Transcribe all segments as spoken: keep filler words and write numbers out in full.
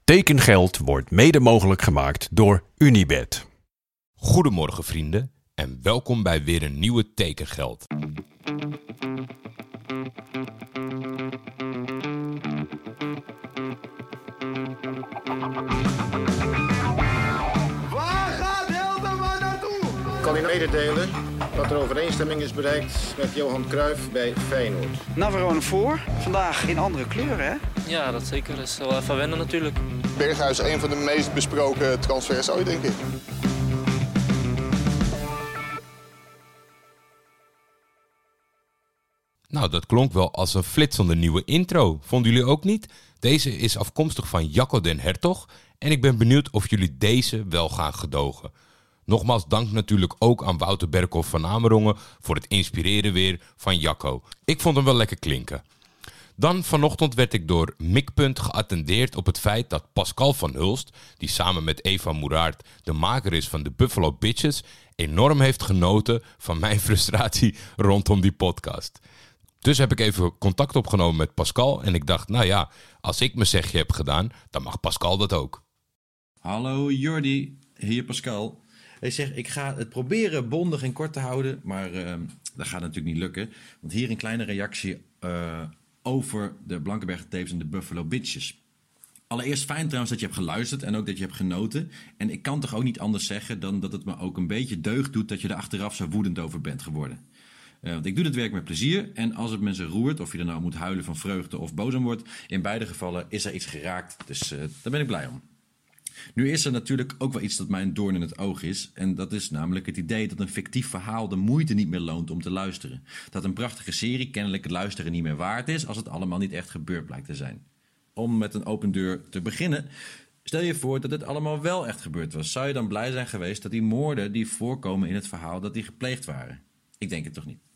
Tekengeld wordt mede mogelijk gemaakt door Unibed. Goedemorgen vrienden en welkom bij weer een nieuwe Tekengeld. Waar gaat Helderman naartoe? Ik kan u mededelen dat er overeenstemming is bereikt met Johan Cruijff bij Feyenoord. Navarone voor, vandaag in andere kleuren, hè? Ja, dat zeker. Dat is wel even wennen natuurlijk. Berghuis, een van de meest besproken transfers ooit, denk ik. Nou, dat klonk wel als een flitsende nieuwe intro. Vonden jullie ook niet? Deze is afkomstig van Jacco den Hertog en ik ben benieuwd of jullie deze wel gaan gedogen. Nogmaals dank natuurlijk ook aan Wouter Berkhoff van Amerongen voor het inspireren weer van Jacco. Ik vond hem wel lekker klinken. Dan vanochtend werd ik door Mikpunt geattendeerd op het feit dat Pascal van Hulst, die samen met Eva Moeraert de maker is van de Buffalo Bitches, enorm heeft genoten van mijn frustratie rondom die podcast. Dus heb ik even contact opgenomen met Pascal en ik dacht, nou ja, als ik mijn zegje heb gedaan, dan mag Pascal dat ook. Hallo Jordi, hier Pascal. Ik zeg, ik ga het proberen bondig en kort te houden, maar uh, dat gaat natuurlijk niet lukken. Want hier een kleine reactie uh, over de Blankenberge Tapes en de Buffalo Bitches. Allereerst fijn trouwens dat je hebt geluisterd en ook dat je hebt genoten. En ik kan toch ook niet anders zeggen dan dat het me ook een beetje deugd doet dat je er achteraf zo woedend over bent geworden. Uh, want ik doe dit werk met plezier en als het mensen roert, of je er nou moet huilen van vreugde of boos om wordt, in beide gevallen is er iets geraakt, dus uh, daar ben ik blij om. Nu is er natuurlijk ook wel iets dat mij een doorn in het oog is. En dat is namelijk het idee dat een fictief verhaal de moeite niet meer loont om te luisteren. Dat een prachtige serie kennelijk het luisteren niet meer waard is als het allemaal niet echt gebeurd blijkt te zijn. Om met een open deur te beginnen. Stel je voor dat het allemaal wel echt gebeurd was. Zou je dan blij zijn geweest dat die moorden die voorkomen in het verhaal, dat die gepleegd waren? Ik denk het toch niet.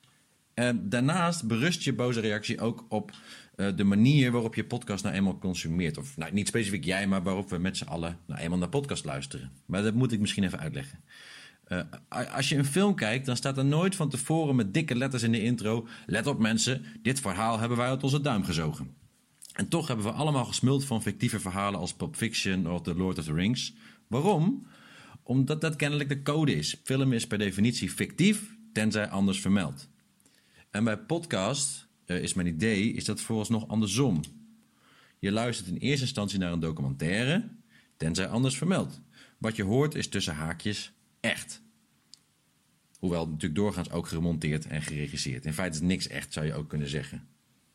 En daarnaast berust je boze reactie ook op uh, de manier waarop je podcast nou eenmaal consumeert. Of nou, niet specifiek jij, maar waarop we met z'n allen nou eenmaal naar podcast luisteren. Maar dat moet ik misschien even uitleggen. Uh, als je een film kijkt, dan staat er nooit van tevoren met dikke letters in de intro: let op mensen, dit verhaal hebben wij uit onze duim gezogen. En toch hebben we allemaal gesmuld van fictieve verhalen als Pulp Fiction of The Lord of the Rings. Waarom? Omdat dat kennelijk de code is. Film is per definitie fictief, tenzij anders vermeld. En bij podcast uh, is mijn idee, is dat vooralsnog andersom. Je luistert in eerste instantie naar een documentaire, tenzij anders vermeld. Wat je hoort is tussen haakjes echt. Hoewel natuurlijk doorgaans ook gemonteerd en geregisseerd. In feite is niks echt, zou je ook kunnen zeggen.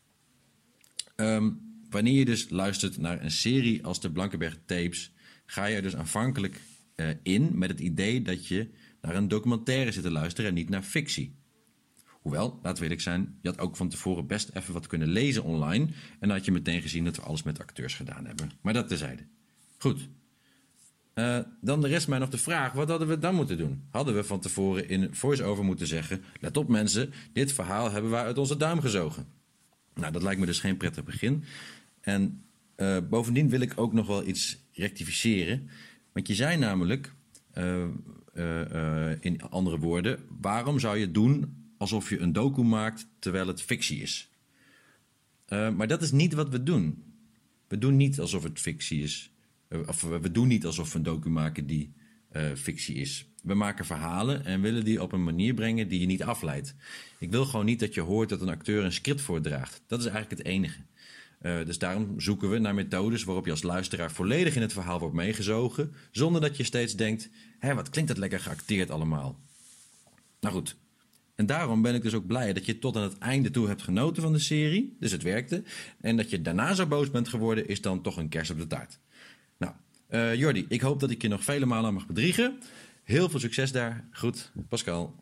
Um, wanneer je dus luistert naar een serie als de Blankenberge Tapes, ga je er dus aanvankelijk uh, in met het idee dat je naar een documentaire zit te luisteren en niet naar fictie. Hoewel, laten we eerlijk zijn, je had ook van tevoren best even wat kunnen lezen online. En dan had je meteen gezien dat we alles met acteurs gedaan hebben. Maar dat terzijde. Goed. Uh, dan de rest mij nog de vraag, wat hadden we dan moeten doen? Hadden we van tevoren in voice-over moeten zeggen: let op mensen, dit verhaal hebben wij uit onze duim gezogen. Nou, dat lijkt me dus geen prettig begin. En uh, bovendien wil ik ook nog wel iets rectificeren. Want je zei namelijk, uh, uh, uh, in andere woorden, waarom zou je het doen alsof je een docu maakt terwijl het fictie is? Uh, maar dat is niet wat we doen. We doen niet alsof het fictie is. Uh, of we doen niet alsof we een docu maken die uh, fictie is. We maken verhalen en willen die op een manier brengen die je niet afleidt. Ik wil gewoon niet dat je hoort dat een acteur een script voordraagt. Dat is eigenlijk het enige. Uh, dus daarom zoeken we naar methodes waarop je als luisteraar volledig in het verhaal wordt meegezogen, zonder dat je steeds denkt: hé, wat klinkt dat lekker geacteerd allemaal. Nou goed. En daarom ben ik dus ook blij dat je tot aan het einde toe hebt genoten van de serie. Dus het werkte. En dat je daarna zo boos bent geworden, is dan toch een kers op de taart. Nou, uh, Jordi, ik hoop dat ik je nog vele malen mag bedriegen. Heel veel succes daar. Goed, Pascal.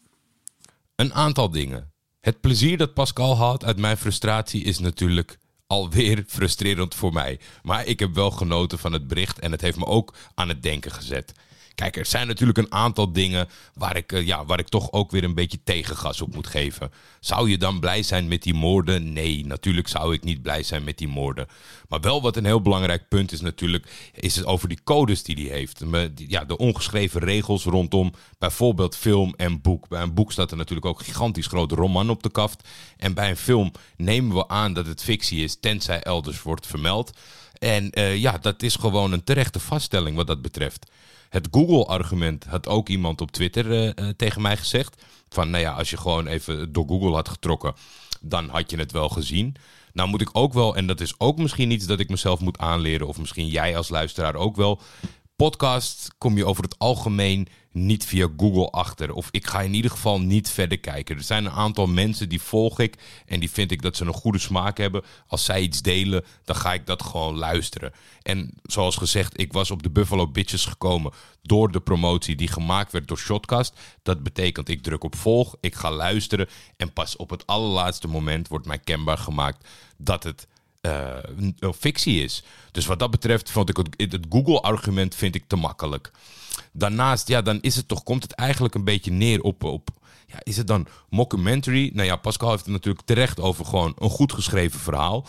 Een aantal dingen. Het plezier dat Pascal haalt uit mijn frustratie is natuurlijk alweer frustrerend voor mij. Maar ik heb wel genoten van het bericht en het heeft me ook aan het denken gezet. Kijk, er zijn natuurlijk een aantal dingen waar ik, uh, ja, waar ik toch ook weer een beetje tegengas op moet geven. Zou je dan blij zijn met die moorden? Nee, natuurlijk zou ik niet blij zijn met die moorden. Maar wel wat een heel belangrijk punt is natuurlijk, is het over die codes die hij heeft. Ja, de ongeschreven regels rondom bijvoorbeeld film en boek. Bij een boek staat er natuurlijk ook een gigantisch grote roman op de kaft. En bij een film nemen we aan dat het fictie is, tenzij elders wordt vermeld. En uh, ja, dat is gewoon een terechte vaststelling wat dat betreft. Het Google-argument had ook iemand op Twitter uh, uh, tegen mij gezegd. Van, nou ja, als je gewoon even door Google had getrokken, dan had je het wel gezien. Nou moet ik ook wel, en dat is ook misschien iets dat ik mezelf moet aanleren, of misschien jij als luisteraar ook wel. Podcast kom je over het algemeen niet via Google achter. Of ik ga in ieder geval niet verder kijken. Er zijn een aantal mensen die volg ik en die vind ik dat ze een goede smaak hebben. Als zij iets delen, dan ga ik dat gewoon luisteren. En zoals gezegd, ik was op de Buffalo Bitches gekomen door de promotie die gemaakt werd door Shotcast. Dat betekent, ik druk op volg, ik ga luisteren en pas op het allerlaatste moment wordt mij kenbaar gemaakt dat het Uh, een fictie is. Dus wat dat betreft vond ik het, het Google-argument vind ik te makkelijk. Daarnaast, ja, dan is het toch, komt het eigenlijk een beetje neer op, op ja, is het dan mockumentary? Nou ja, Pascal heeft het natuurlijk terecht over gewoon een goed geschreven verhaal.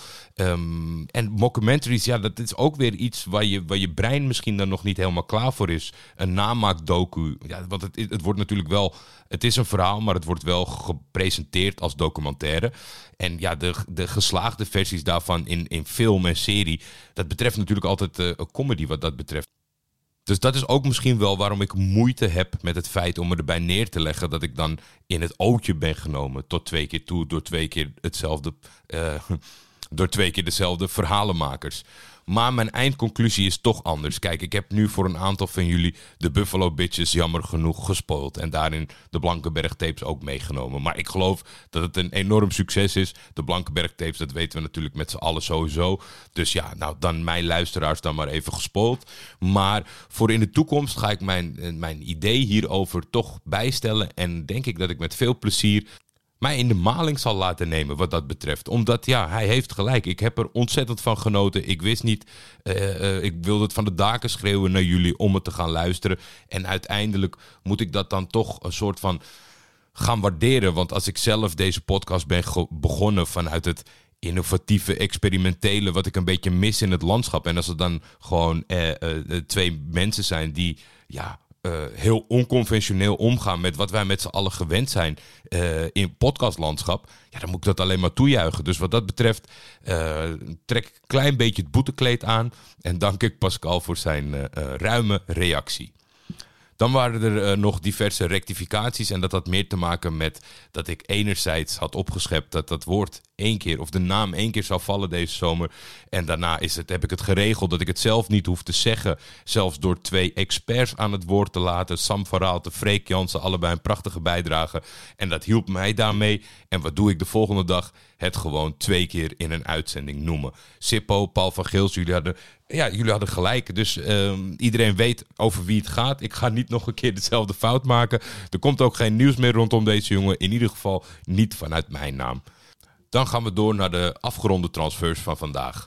Um, en mockumentaries, ja, dat is ook weer iets waar je, waar je brein misschien dan nog niet helemaal klaar voor is. Een namaakdocu. Ja, want het, het wordt natuurlijk wel, het is een verhaal, maar het wordt wel gepresenteerd als documentaire. En ja, de, de geslaagde versies daarvan in, in film en serie, dat betreft natuurlijk altijd uh, een comedy wat dat betreft. Dus dat is ook misschien wel waarom ik moeite heb met het feit om me erbij neer te leggen dat ik dan in het ootje ben genomen tot twee keer toe door twee keer hetzelfde, uh, door twee keer dezelfde verhalenmakers. Maar mijn eindconclusie is toch anders. Kijk, ik heb nu voor een aantal van jullie de Buffalo Bitches jammer genoeg gespoild. En daarin de Blankenberg tapes ook meegenomen. Maar ik geloof dat het een enorm succes is. De Blankenberg tapes, dat weten we natuurlijk met z'n allen sowieso. Dus ja, nou dan mijn luisteraars dan maar even gespoild. Maar voor in de toekomst ga ik mijn, mijn idee hierover toch bijstellen. En denk ik dat ik met veel plezier mij in de maling zal laten nemen wat dat betreft. Omdat, ja, hij heeft gelijk. Ik heb er ontzettend van genoten. Ik wist niet, uh, uh, ik wilde het van de daken schreeuwen naar jullie om het te gaan luisteren. En uiteindelijk moet ik dat dan toch een soort van gaan waarderen. Want als ik zelf deze podcast ben ge- begonnen vanuit het innovatieve, experimentele, wat ik een beetje mis in het landschap. En als er dan gewoon uh, uh, twee mensen zijn die, ja, Uh, heel onconventioneel omgaan met wat wij met z'n allen gewend zijn uh, in podcastlandschap, ja, dan moet ik dat alleen maar toejuichen. Dus wat dat betreft uh, trek ik een klein beetje het boetekleed aan en dank ik Pascal voor zijn uh, uh, ruime reactie. Dan waren er uh, nog diverse rectificaties en dat had meer te maken met dat ik enerzijds had opgeschept dat dat woord één keer, of de naam één keer zou vallen deze zomer. En daarna is het, heb ik het geregeld dat ik het zelf niet hoef te zeggen. Zelfs door twee experts aan het woord te laten. Sam van Raalte, Freek Jansen, allebei een prachtige bijdrage. En dat hielp mij daarmee. En wat doe ik de volgende dag? Het gewoon twee keer in een uitzending noemen. Sippo, Paul van Geels, jullie hadden, ja, jullie hadden gelijk. Dus uh, iedereen weet over wie het gaat. Ik ga niet nog een keer dezelfde fout maken. Er komt ook geen nieuws meer rondom deze jongen. In ieder geval niet vanuit mijn naam. Dan gaan we door naar de afgeronde transfers van vandaag.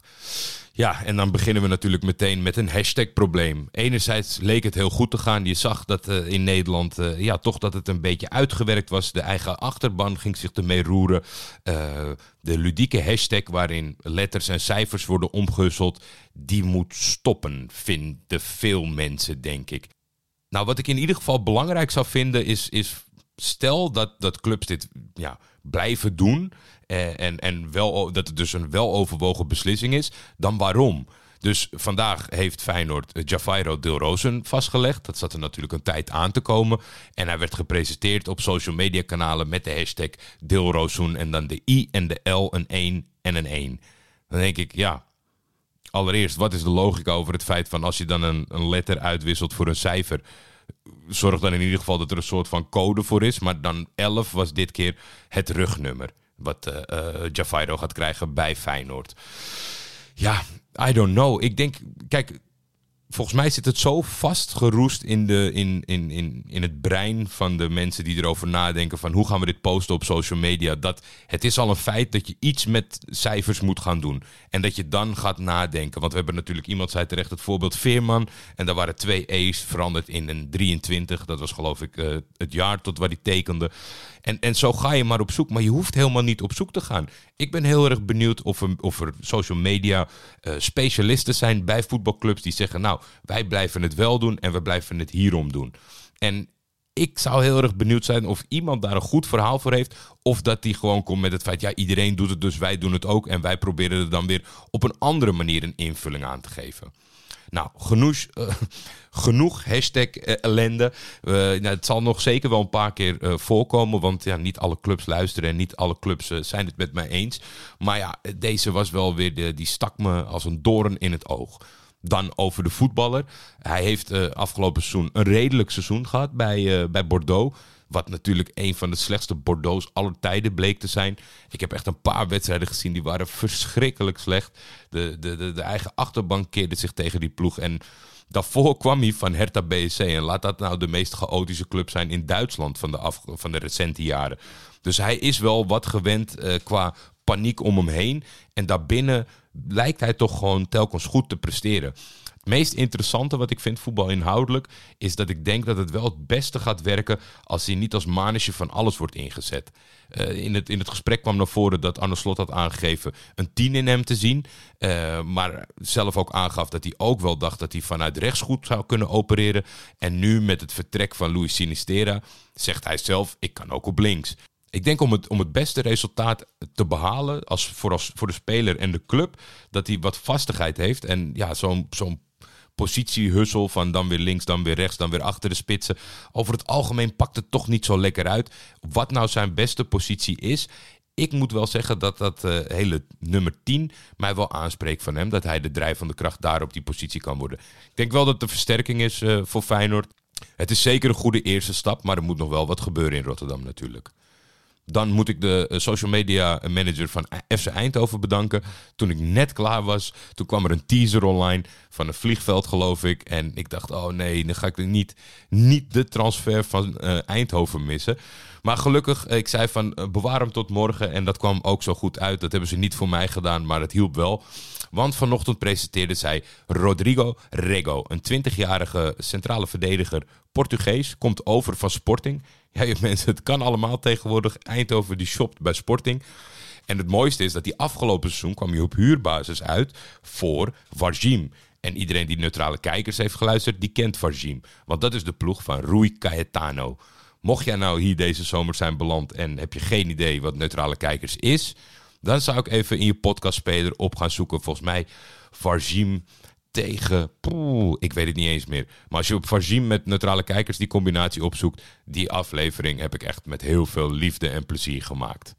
Ja, en dan beginnen we natuurlijk meteen met een hashtag-probleem. Enerzijds leek het heel goed te gaan. Je zag dat uh, in Nederland, uh, ja, toch dat het een beetje uitgewerkt was. De eigen achterban ging zich ermee roeren. Uh, de ludieke hashtag waarin letters en cijfers worden omgehusteld, die moet stoppen, vinden veel mensen, denk ik. Nou, wat ik in ieder geval belangrijk zou vinden is, is stel dat, dat clubs dit, ja, blijven doen en, en, en wel, dat het dus een weloverwogen beslissing is, dan waarom? Dus vandaag heeft Feyenoord Jafairo Dilrosun vastgelegd. Dat zat er natuurlijk een tijd aan te komen. En hij werd gepresenteerd op social media kanalen met de hashtag Dilrosun en dan de I en de L, een één en een één. Dan denk ik, ja, allereerst, wat is de logica over het feit van als je dan een, een letter uitwisselt voor een cijfer, zorg dan in ieder geval dat er een soort van code voor is. Maar dan elf was dit keer het rugnummer wat uh, uh, Jafairo gaat krijgen bij Feyenoord. Ja, I don't know. Ik denk, kijk, volgens mij zit het zo vastgeroest in, de, in, in, in, in het brein van de mensen die erover nadenken van hoe gaan we dit posten op social media, dat het is al een feit dat je iets met cijfers moet gaan doen. En dat je dan gaat nadenken. Want we hebben natuurlijk, iemand zei terecht het voorbeeld Veerman. En daar waren twee E's veranderd in een drieëntwintig. Dat was geloof ik uh, het jaar tot waar hij tekende. En, en zo ga je maar op zoek. Maar je hoeft helemaal niet op zoek te gaan. Ik ben heel erg benieuwd of er, of er social media uh, specialisten zijn bij voetbalclubs die zeggen, nou, wij blijven het wel doen en we blijven het hierom doen. En Ik zou heel erg benieuwd zijn of iemand daar een goed verhaal voor heeft. Of dat die gewoon komt met het feit, ja, iedereen doet het, dus wij doen het ook. En wij proberen er dan weer op een andere manier een invulling aan te geven. Nou, genoeg, uh, genoeg hashtag uh, ellende. Uh, nou, het zal nog zeker wel een paar keer uh, voorkomen. Want ja, niet alle clubs luisteren en niet alle clubs uh, zijn het met mij eens. Maar ja, deze was wel weer, de, die stak me als een doorn in het oog. Dan over de voetballer. Hij heeft uh, afgelopen seizoen een redelijk seizoen gehad bij, uh, bij Bordeaux. Wat natuurlijk een van de slechtste Bordeaux's aller tijden bleek te zijn. Ik heb echt een paar wedstrijden gezien die waren verschrikkelijk slecht. De, de, de, de eigen achterbank keerde zich tegen die ploeg. En daarvoor kwam hij van Hertha B S C. En laat dat nou de meest chaotische club zijn in Duitsland van de, af, van de recente jaren. Dus hij is wel wat gewend uh, qua paniek om hem heen. En daarbinnen lijkt hij toch gewoon telkens goed te presteren. Het meest interessante wat ik vind voetbal inhoudelijk is dat ik denk dat het wel het beste gaat werken als hij niet als manager van alles wordt ingezet. Uh, in, het, in het gesprek kwam naar voren dat Arne Slot had aangegeven een tien in hem te zien. Uh, maar zelf ook aangaf dat hij ook wel dacht dat hij vanuit rechts goed zou kunnen opereren. En nu met het vertrek van Luis Sinisterra zegt hij zelf, ik kan ook op links. Ik denk om het, om het beste resultaat te behalen als, voor, als, voor de speler en de club, dat hij wat vastigheid heeft. En ja, zo'n, zo'n positiehussel van dan weer links, dan weer rechts, dan weer achter de spitsen. Over het algemeen pakt het toch niet zo lekker uit. Wat nou zijn beste positie is, ik moet wel zeggen dat dat uh, hele nummer tien mij wel aanspreekt van hem. Dat hij de drijvende kracht daar op die positie kan worden. Ik denk wel dat het een versterking is uh, voor Feyenoord. Het is zeker een goede eerste stap, maar er moet nog wel wat gebeuren in Rotterdam natuurlijk. Dan moet ik de social media manager van F C Eindhoven bedanken. Toen ik net klaar was, toen kwam er een teaser online van een vliegveld, geloof ik. En ik dacht, oh nee, dan ga ik niet, niet de transfer van uh, Eindhoven missen. Maar gelukkig, ik zei van uh, bewaar hem tot morgen. En dat kwam ook zo goed uit. Dat hebben ze niet voor mij gedaan, maar het hielp wel. Want vanochtend presenteerde zij Rodrigo Rego. Een twintigjarige centrale verdediger, Portugees. Komt over van Sporting. Ja, mensen, het kan allemaal tegenwoordig. Eindhoven die shopt bij Sporting. En het mooiste is dat die afgelopen seizoen kwam hij op huurbasis uit voor Varzim. En iedereen die neutrale kijkers heeft geluisterd, die kent Varzim. Want dat is de ploeg van Rui Cayetano. Mocht jij nou hier deze zomer zijn beland en heb je geen idee wat neutrale kijkers is, dan zou ik even in je podcastspeler op gaan zoeken. Volgens mij Varzim tegen, poeh, ik weet het niet eens meer. Maar als je op Varzim met neutrale kijkers die combinatie opzoekt, die aflevering heb ik echt met heel veel liefde en plezier gemaakt.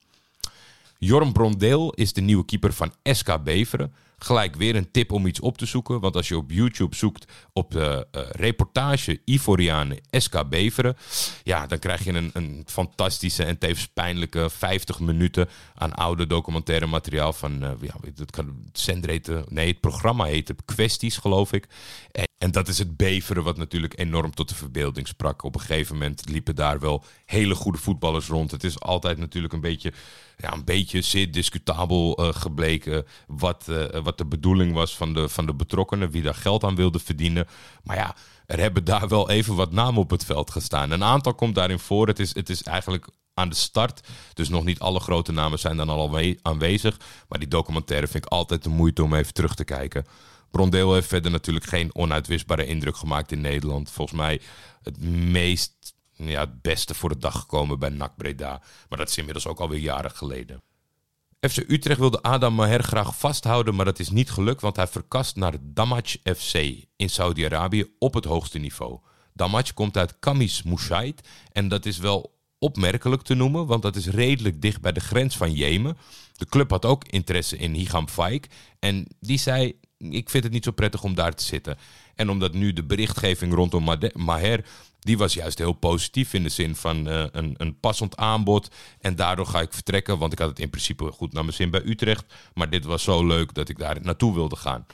Jorm Brondeel is de nieuwe keeper van S K Beveren. Gelijk weer een tip om iets op te zoeken. Want als je op YouTube zoekt op de uh, reportage Ivorianen S K Beveren, ja, dan krijg je een, een fantastische en tevens pijnlijke vijftig minuten aan oude documentaire materiaal van, uh, ja, het kan zender heten, nee, het programma heette Kwesties, geloof ik. En, en dat is het Beveren wat natuurlijk enorm tot de verbeelding sprak. Op een gegeven moment liepen daar wel hele goede voetballers rond. Het is altijd natuurlijk een beetje, ja, een beetje zeer discutabel uh, gebleken wat, uh, wat de bedoeling was van de, van de betrokkenen, wie daar geld aan wilde verdienen. Maar ja, er hebben daar wel even wat namen op het veld gestaan. Een aantal komt daarin voor. Het is, het is eigenlijk aan de start, dus nog niet alle grote namen zijn dan al aanwezig. Maar die documentaire vind ik altijd de moeite om even terug te kijken. Brondeel heeft verder natuurlijk geen onuitwisbare indruk gemaakt in Nederland. Volgens mij het meest, ja, het beste voor de dag gekomen bij N A C Breda. Maar dat is inmiddels ook alweer jaren geleden. F C Utrecht wilde Adam Maher graag vasthouden, maar dat is niet gelukt, want hij verkast naar Damaj F C in Saudi-Arabië op het hoogste niveau. Damaj komt uit Kamis Moussaïd en dat is wel opmerkelijk te noemen, want dat is redelijk dicht bij de grens van Jemen. De club had ook interesse in Higam Faik en die zei, ik vind het niet zo prettig om daar te zitten. En omdat nu de berichtgeving rondom Maher, die was juist heel positief in de zin van uh, een, een passend aanbod. En daardoor ga ik vertrekken, want ik had het in principe goed naar mijn zin bij Utrecht. Maar dit was zo leuk dat ik daar naartoe wilde gaan.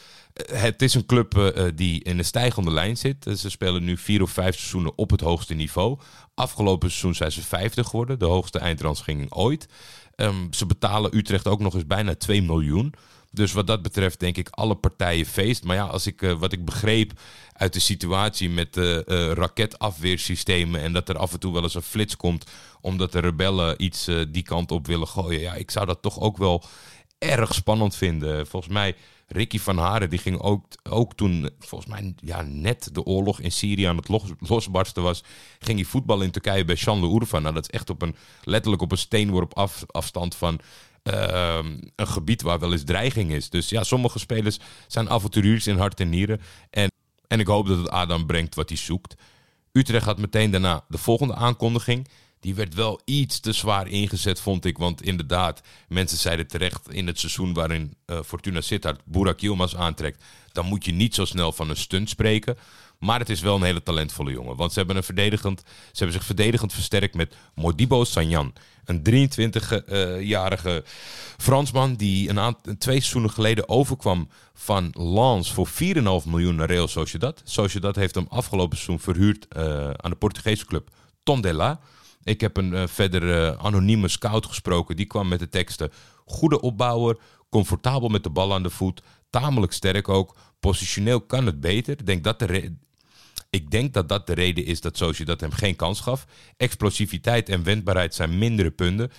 Uh, het is een club uh, die in een stijgende lijn zit. Uh, ze spelen nu vier of vijf seizoenen op het hoogste niveau. Afgelopen seizoen zijn ze vijfde geworden, de hoogste eindrangsging ooit. Um, ze betalen Utrecht ook nog eens bijna twee miljoen. Dus wat dat betreft denk ik alle partijen feest. Maar ja, als ik, uh, wat ik begreep uit de situatie met uh, uh, raketafweersystemen en dat er af en toe wel eens een flits komt omdat de rebellen iets uh, die kant op willen gooien. Ja, ik zou dat toch ook wel erg spannend vinden. Volgens mij Ricky van Haren die ging ook, ook toen, volgens mij ja, net de oorlog in Syrië aan het los, losbarsten was, ging hij voetballen in Turkije bij Şanlıurfa. Nou, dat is echt op een, letterlijk op een steenworp af, afstand van uh, een gebied waar wel eens dreiging is. Dus ja, sommige spelers zijn avonturiers in hart en nieren. En, en ik hoop dat het Adam brengt wat hij zoekt. Utrecht had meteen daarna de volgende aankondiging. Die werd wel iets te zwaar ingezet, vond ik. Want inderdaad, mensen zeiden terecht in het seizoen waarin uh, Fortuna Sittard Burak Yilmaz aantrekt, dan moet je niet zo snel van een stunt spreken. Maar het is wel een hele talentvolle jongen. Want ze hebben, een verdedigend, ze hebben zich verdedigend versterkt met Modibo Sagnan. Een drieëntwintigjarige Fransman die een aantal, twee seizoenen geleden overkwam van Lens voor vier komma vijf miljoen naar Real Sociedad. Sociedad heeft hem afgelopen seizoen verhuurd uh, aan de Portugese club Tondela. Ik heb een uh, verder uh, anonieme scout gesproken. Die kwam met de teksten: goede opbouwer, comfortabel met de bal aan de voet, tamelijk sterk ook. Positioneel kan het beter. Ik denk dat, de re- Ik denk dat dat de reden is dat Sociedad hem geen kans gaf. Explosiviteit en wendbaarheid zijn mindere punten.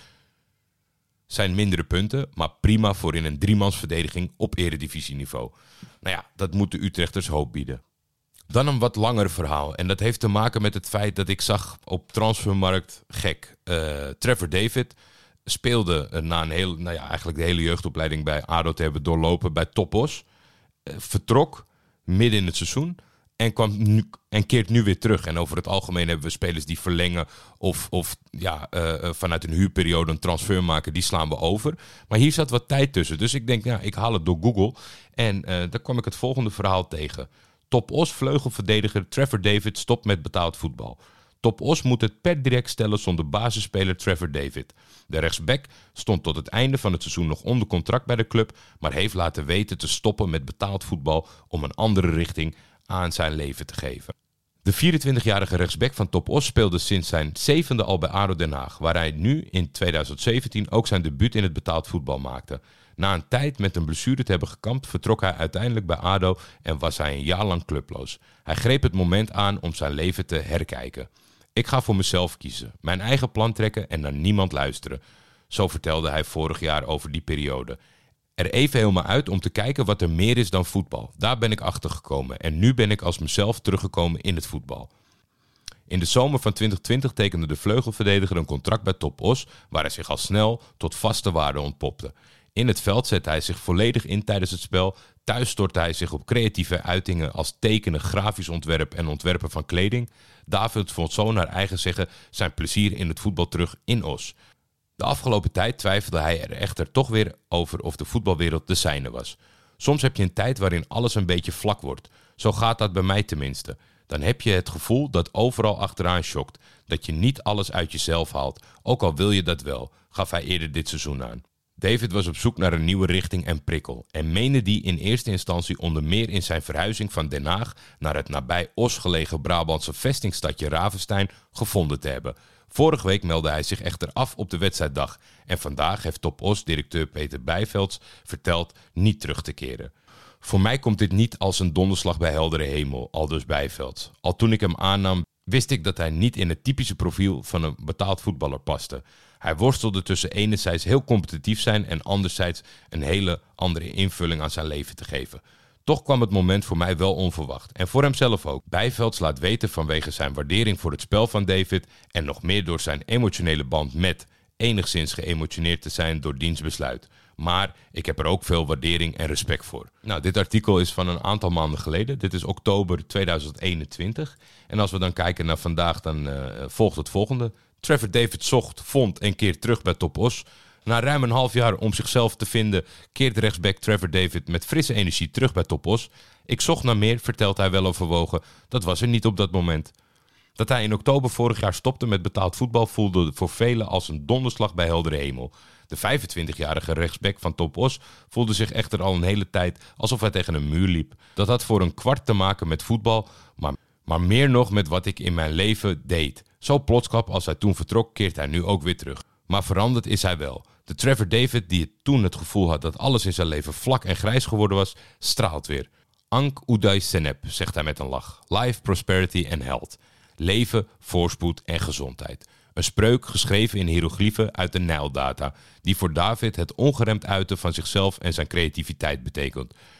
Zijn mindere punten, maar prima voor in een driemansverdediging op eredivisieniveau. Nou ja, dat moet de Utrechters hoop bieden. Dan een wat langer verhaal. En dat heeft te maken met het feit dat ik zag op Transfermarkt, gek, uh, Trevor David speelde uh, na een heel, nou ja, eigenlijk de hele jeugdopleiding bij A D O te hebben doorlopen bij Topos. Uh, vertrok midden in het seizoen en, kwam nu, en keert nu weer terug. En over het algemeen hebben we spelers die verlengen of, of ja, uh, vanuit een huurperiode een transfer maken. Die slaan we over. Maar hier zat wat tijd tussen. Dus ik denk, ja, ik haal het door Google. En uh, daar kwam ik het volgende verhaal tegen. Top Os vleugelverdediger Trevor David stopt met betaald voetbal. Top Os moet het per direct stellen zonder basisspeler Trevor David. De rechtsback stond tot het einde van het seizoen nog onder contract bij de club, maar heeft laten weten te stoppen met betaald voetbal om een andere richting aan zijn leven te geven. De vierentwintigjarige rechtsback van Top Os speelde sinds zijn zevende al bij A D O Den Haag, waar hij nu in tweeduizend zeventien ook zijn debuut in het betaald voetbal maakte. Na een tijd met een blessure te hebben gekampt, vertrok hij uiteindelijk bij A D O en was hij een jaar lang clubloos. Hij greep het moment aan om zijn leven te herkijken. Ik ga voor mezelf kiezen, mijn eigen plan trekken en naar niemand luisteren. Zo vertelde hij vorig jaar over die periode. Er even helemaal uit om te kijken wat er meer is dan voetbal. Daar ben ik achter gekomen en nu ben ik als mezelf teruggekomen in het voetbal. In de zomer van twintig twintig tekende de vleugelverdediger een contract bij Top Os, waar hij zich al snel tot vaste waarde ontpopte. In het veld zette hij zich volledig in tijdens het spel. Thuis stortte hij zich op creatieve uitingen als tekenen, grafisch ontwerp en ontwerpen van kleding. David vond zo naar eigen zeggen zijn plezier in het voetbal terug in Os. De afgelopen tijd twijfelde hij er echter toch weer over of de voetbalwereld de zijne was. Soms heb je een tijd waarin alles een beetje vlak wordt. Zo gaat dat bij mij tenminste. Dan heb je het gevoel dat overal achteraan schokt. Dat je niet alles uit jezelf haalt, ook al wil je dat wel, gaf hij eerder dit seizoen aan. David was op zoek naar een nieuwe richting en prikkel en meende die in eerste instantie onder meer in zijn verhuizing van Den Haag naar het nabij Os gelegen Brabantse vestingstadje Ravenstein gevonden te hebben. Vorige week meldde hij zich echter af op de wedstrijddag en vandaag heeft Top Os directeur Peter Bijvelds verteld niet terug te keren. Voor mij komt dit niet als een donderslag bij heldere hemel, aldus Bijvelds. Al toen ik hem aannam, wist ik dat hij niet in het typische profiel van een betaald voetballer paste. Hij worstelde tussen enerzijds heel competitief zijn en anderzijds een hele andere invulling aan zijn leven te geven. Toch kwam het moment voor mij wel onverwacht en voor hemzelf ook. Bijvelds laat weten vanwege zijn waardering voor het spel van David en nog meer door zijn emotionele band met enigszins geëmotioneerd te zijn door diens besluit. Maar ik heb er ook veel waardering en respect voor. Nou, dit artikel is van een aantal maanden geleden. Dit is oktober tweeduizend eenentwintig. En als we dan kijken naar vandaag, dan uh, volgt het volgende. Trevor David zocht, vond en keert terug bij Top Os. Na ruim een half jaar om zichzelf te vinden, keert rechtsback Trevor David met frisse energie terug bij Top Os. Ik zocht naar meer, vertelt hij wel overwogen. Dat was er niet op dat moment. Dat hij in oktober vorig jaar stopte met betaald voetbal voelde voor velen als een donderslag bij heldere hemel. De vijfentwintigjarige rechtsback van Top Os voelde zich echter al een hele tijd alsof hij tegen een muur liep. Dat had voor een kwart te maken met voetbal, maar, maar meer nog met wat ik in mijn leven deed. Zo plotsklap als hij toen vertrok, keert hij nu ook weer terug. Maar veranderd is hij wel. De Trevor David, die toen het gevoel had dat alles in zijn leven vlak en grijs geworden was, straalt weer. Ank Uday Senep, zegt hij met een lach. Life, prosperity en health. Leven, voorspoed en gezondheid. Een spreuk geschreven in hiërogliefen uit de Nijldata, die voor David het ongeremd uiten van zichzelf en zijn creativiteit betekent.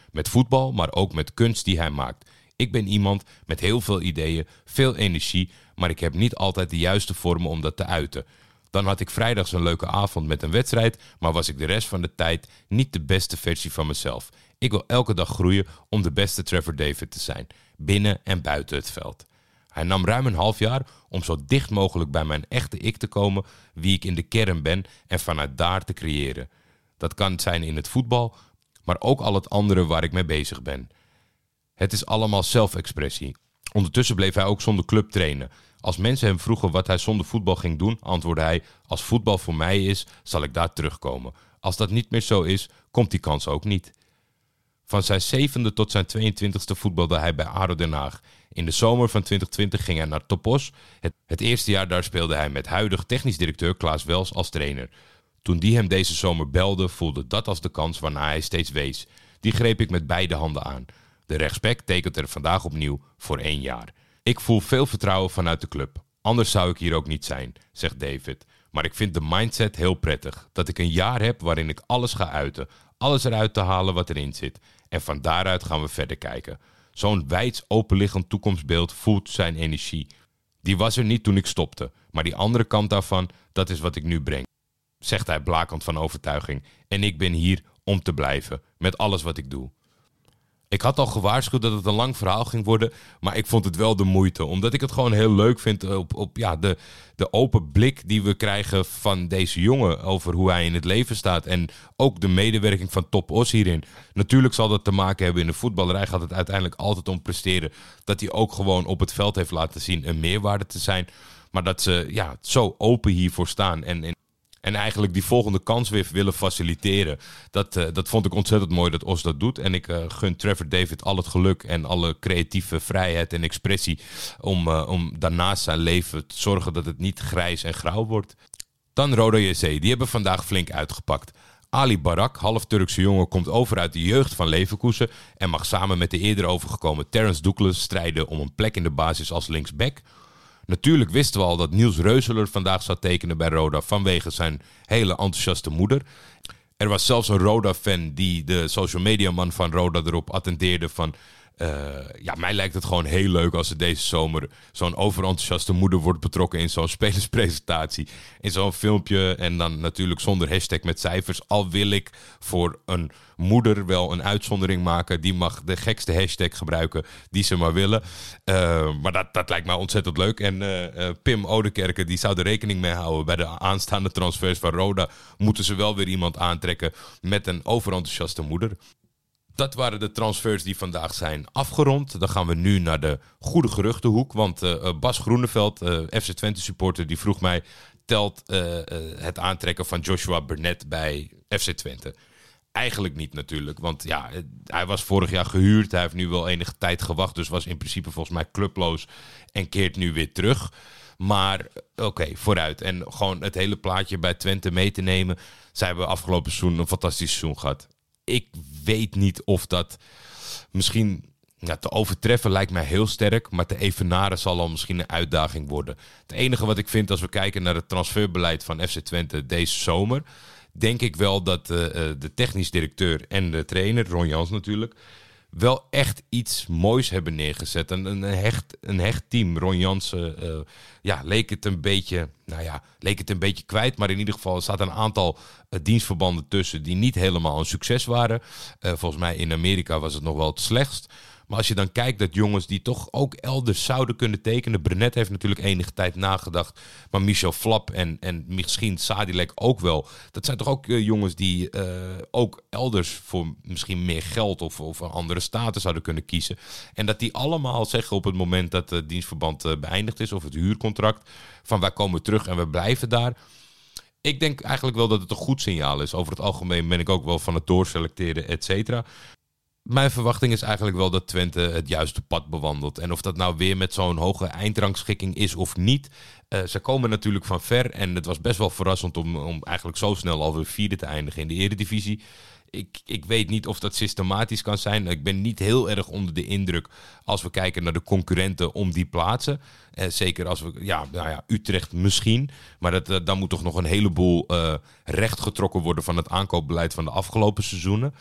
Met voetbal, maar ook met kunst die hij maakt. Ik ben iemand met heel veel ideeën, veel energie, maar ik heb niet altijd de juiste vormen om dat te uiten. Dan had ik vrijdags een leuke avond met een wedstrijd, maar was ik de rest van de tijd niet de beste versie van mezelf. Ik wil elke dag groeien om de beste Trevor David te zijn, binnen en buiten het veld. Hij nam ruim een half jaar om zo dicht mogelijk bij mijn echte ik te komen, wie ik in de kern ben, en vanuit daar te creëren. Dat kan zijn in het voetbal, maar ook al het andere waar ik mee bezig ben. Het is allemaal zelfexpressie. Ondertussen bleef hij ook zonder club trainen. Als mensen hem vroegen wat hij zonder voetbal ging doen, antwoordde hij: als voetbal voor mij is, zal ik daar terugkomen. Als dat niet meer zo is, komt die kans ook niet. Van zijn zevende tot zijn tweeëntwintigste voetbalde hij bij A D O Den Haag. In de zomer van twintig twintig ging hij naar Topos. Het, het eerste jaar daar speelde hij met huidig technisch directeur Klaas Wels als trainer. Toen die hem deze zomer belde, voelde dat als de kans waarna hij steeds wees. Die greep ik met beide handen aan. De rechtsback tekent er vandaag opnieuw voor één jaar. Ik voel veel vertrouwen vanuit de club. Anders zou ik hier ook niet zijn, zegt David. Maar ik vind de mindset heel prettig. Dat ik een jaar heb waarin ik alles ga uiten. Alles eruit te halen wat erin zit. En van daaruit gaan we verder kijken. Zo'n wijds openliggend toekomstbeeld voelt zijn energie. Die was er niet toen ik stopte. Maar die andere kant daarvan, dat is wat ik nu breng. Zegt hij blakend van overtuiging. En ik ben hier om te blijven. Met alles wat ik doe. Ik had al gewaarschuwd dat het een lang verhaal ging worden, maar ik vond het wel de moeite. Omdat ik het gewoon heel leuk vind op, op ja, de, de open blik die we krijgen van deze jongen over hoe hij in het leven staat. En ook de medewerking van Topos hierin. Natuurlijk zal dat te maken hebben in de voetballerij. Gaat het uiteindelijk altijd om presteren. Dat hij ook gewoon op het veld heeft laten zien een meerwaarde te zijn. Maar dat ze ja, zo open hiervoor staan en... en En eigenlijk die volgende kans weer willen faciliteren. Dat, uh, dat vond ik ontzettend mooi dat Os dat doet. En ik uh, gun Trevor David al het geluk en alle creatieve vrijheid en expressie om, uh, om daarnaast zijn leven te zorgen dat het niet grijs en grauw wordt. Dan Roda J C, die hebben vandaag flink uitgepakt. Ali Barak, half Turkse jongen, komt over uit de jeugd van Leverkusen en mag samen met de eerder overgekomen Terence Douglas strijden om een plek in de basis als linksback. Natuurlijk wisten we al dat Niels Reuseler vandaag zou tekenen bij Roda vanwege zijn hele enthousiaste moeder. Er was zelfs een Roda-fan die de social media man van Roda erop attendeerde van... Uh, ja, mij lijkt het gewoon heel leuk als er deze zomer zo'n overenthousiaste moeder wordt betrokken in zo'n spelerspresentatie. In zo'n filmpje en dan natuurlijk zonder hashtag met cijfers. Al wil ik voor een moeder wel een uitzondering maken. Die mag de gekste hashtag gebruiken die ze maar willen. Uh, maar dat, dat lijkt mij ontzettend leuk. En uh, uh, Pim Oudekerke die zou er rekening mee houden. Bij de aanstaande transfers van Roda moeten ze wel weer iemand aantrekken met een overenthousiaste moeder. Dat waren de transfers die vandaag zijn afgerond. Dan gaan we nu naar de goede geruchtenhoek. Want uh, Bas Groeneveld, uh, F C Twente supporter, die vroeg mij... telt uh, uh, het aantrekken van Joshua Burnett bij F C Twente? Eigenlijk niet natuurlijk. Want ja, hij was vorig jaar gehuurd. Hij heeft nu wel enige tijd gewacht. Dus was in principe volgens mij clubloos. En keert nu weer terug. Maar oké, okay, vooruit. En gewoon het hele plaatje bij Twente mee te nemen. Zij hebben afgelopen seizoen een fantastisch seizoen gehad. Ik weet niet of dat misschien ja, te overtreffen lijkt mij heel sterk. Maar te evenaren zal al misschien een uitdaging worden. Het enige wat ik vind als we kijken naar het transferbeleid van F C Twente deze zomer... denk ik wel dat uh, de technisch directeur en de trainer, Ron Jans natuurlijk... wel echt iets moois hebben neergezet. Een, een, hecht, een hecht team. Ron Jans uh, uh, ja, leek het een beetje... Nou ja, leek het een beetje kwijt. Maar in ieder geval er staat een aantal uh, dienstverbanden tussen... die niet helemaal een succes waren. Uh, volgens mij in Amerika was het nog wel het slechtst. Maar als je dan kijkt dat jongens die toch ook elders zouden kunnen tekenen... Burnett heeft natuurlijk enige tijd nagedacht. Maar Michel Flap en, en misschien Sadilek ook wel. Dat zijn toch ook uh, jongens die uh, ook elders voor misschien meer geld... Of, of een andere status zouden kunnen kiezen. En dat die allemaal zeggen op het moment dat het dienstverband uh, beëindigd is... of het huurcontract, van wij komen terug en we blijven daar... Ik denk eigenlijk wel dat het een goed signaal is. Over het algemeen ben ik ook wel van het doorselecteren, et cetera. Mijn verwachting is eigenlijk wel dat Twente het juiste pad bewandelt. En of dat nou weer met zo'n hoge eindrangschikking is of niet. Uh, ze komen natuurlijk van ver. En het was best wel verrassend om, om eigenlijk zo snel alweer vierde te eindigen in de Eredivisie. Ik, ik weet niet of dat systematisch kan zijn. Ik ben niet heel erg onder de indruk als we kijken naar de concurrenten om die plaatsen. Eh, zeker als we, ja, nou ja, Utrecht misschien. Maar dat, uh, dan moet toch nog een heleboel uh, rechtgetrokken worden van het aankoopbeleid van de afgelopen seizoenen.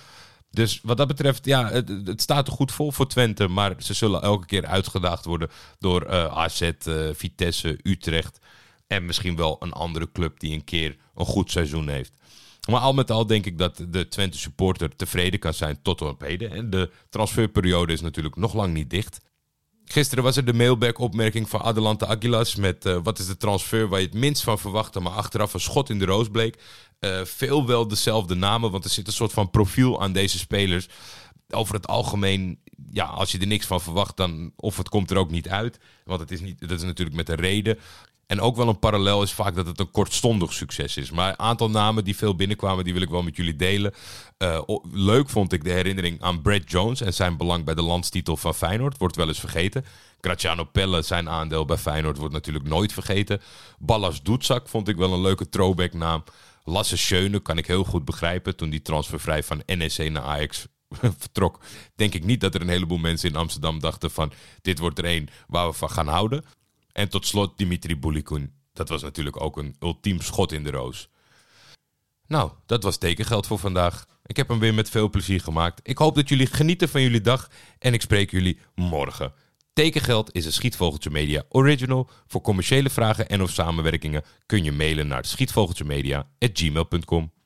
Dus wat dat betreft, ja, het, het staat er goed vol voor Twente. Maar ze zullen elke keer uitgedaagd worden door uh, A Z, uh, Vitesse, Utrecht. En misschien wel een andere club die een keer een goed seizoen heeft. Maar al met al denk ik dat de Twente supporter tevreden kan zijn tot op heden. En de transferperiode is natuurlijk nog lang niet dicht. Gisteren was er de mailback-opmerking van Adelante Aguilas met uh, wat is de transfer waar je het minst van verwachtte, maar achteraf een schot in de roos bleek. Uh, veel wel dezelfde namen, want er zit een soort van profiel aan deze spelers. Over het algemeen, ja, als je er niks van verwacht, dan of het komt er ook niet uit. Want het is niet, dat is natuurlijk met een reden. En ook wel een parallel is vaak dat het een kortstondig succes is. Maar een aantal namen die veel binnenkwamen, die wil ik wel met jullie delen. Uh, leuk vond ik de herinnering aan Brad Jones en zijn belang bij de landstitel van Feyenoord. Wordt wel eens vergeten. Graziano Pelle, zijn aandeel bij Feyenoord, wordt natuurlijk nooit vergeten. Ballas Doetzak vond ik wel een leuke throwback naam. Lasse Schöne kan ik heel goed begrijpen. Toen die transfervrij van N E C naar Ajax vertrok, denk ik niet dat er een heleboel mensen in Amsterdam dachten van dit wordt er één waar we van gaan houden. En tot slot Dimitri Boulikoun. Dat was natuurlijk ook een ultiem schot in de roos. Nou, dat was tekengeld voor vandaag. Ik heb hem weer met veel plezier gemaakt. Ik hoop dat jullie genieten van jullie dag en ik spreek jullie morgen. Tekengeld is een Schietvogeltje Media original. Voor commerciële vragen en of samenwerkingen kun je mailen naar schietvogeltjemedia at gmail dot com.